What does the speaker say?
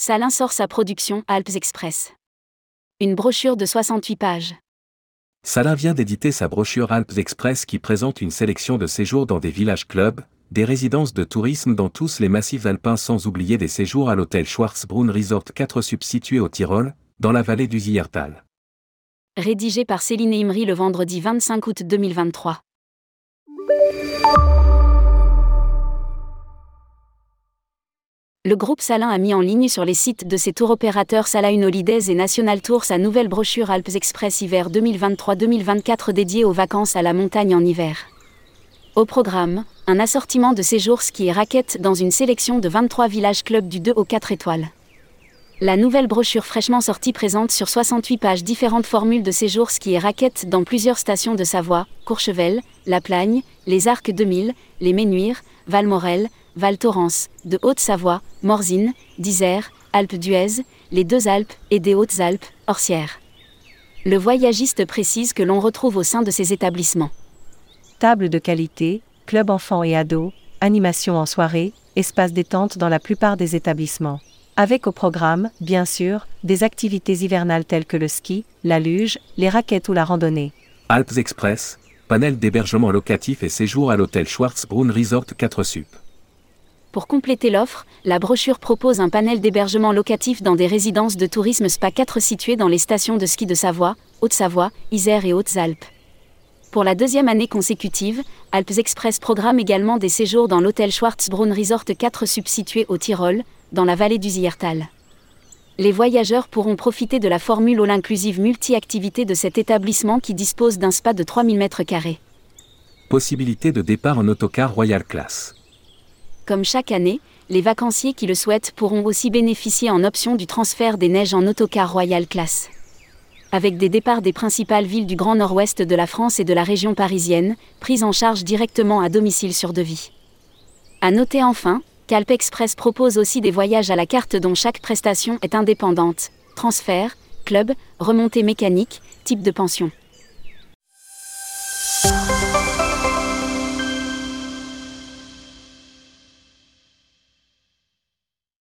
Salin sort sa production Alpes Express. Une brochure de 68 pages. Salin vient d'éditer sa brochure Alpes Express qui présente une sélection de séjours dans des villages clubs, des résidences de tourisme dans tous les massifs alpins sans oublier des séjours à l'hôtel Schwarzbrunn Resort 4 situé au Tyrol, dans la vallée du Zillertal. Rédigé par Céline Imri le vendredi 25 août 2023. Le groupe Salin a mis en ligne sur les sites de ses tours opérateurs Salin Holidays et National Tours sa nouvelle brochure Alpes Express hiver 2023-2024 dédiée aux vacances à la montagne en hiver. Au programme, un assortiment de séjours ski et raquettes dans une sélection de 23 villages clubs du 2 au 4 étoiles. La nouvelle brochure fraîchement sortie présente sur 68 pages différentes formules de séjours ski et raquettes dans plusieurs stations de Savoie, Courchevel, La Plagne, les Arcs 2000, les Ménuires, Valmorel, Val Thorens, de Haute-Savoie, Morzine, d'Isère, Alpes d'Huez, les Deux Alpes et des Hautes-Alpes, Orsières. Le voyagiste précise que l'on retrouve au sein de ces établissements table de qualité, club enfants et ados, animation en soirée, espace détente dans la plupart des établissements. Avec au programme, bien sûr, des activités hivernales telles que le ski, la luge, les raquettes ou la randonnée. Alpes Express, panel d'hébergement locatif et séjour à l'hôtel Schwarzbrunn Resort 4 Sup. Pour compléter l'offre, la brochure propose un panel d'hébergement locatif dans des résidences de tourisme Spa 4 situées dans les stations de ski de Savoie, Haute-Savoie, Isère et Hautes-Alpes. Pour la deuxième année consécutive, Alpes Express programme également des séjours dans l'hôtel Schwarzbrunn Resort 4 Sup situé au Tyrol, dans la vallée du Zillertal. Les voyageurs pourront profiter de la formule all-inclusive multi-activité de cet établissement qui dispose d'un spa de 3000 m². Possibilité de départ en autocar Royal Class. Comme chaque année, les vacanciers qui le souhaitent pourront aussi bénéficier en option du transfert des neiges en autocar Royal Class. Avec des départs des principales villes du Grand Nord-Ouest de la France et de la région parisienne, pris en charge directement à domicile sur devis. À noter enfin, qu'Alpes Express propose aussi des voyages à la carte dont chaque prestation est indépendante, transfert, club, remontée mécanique, type de pension.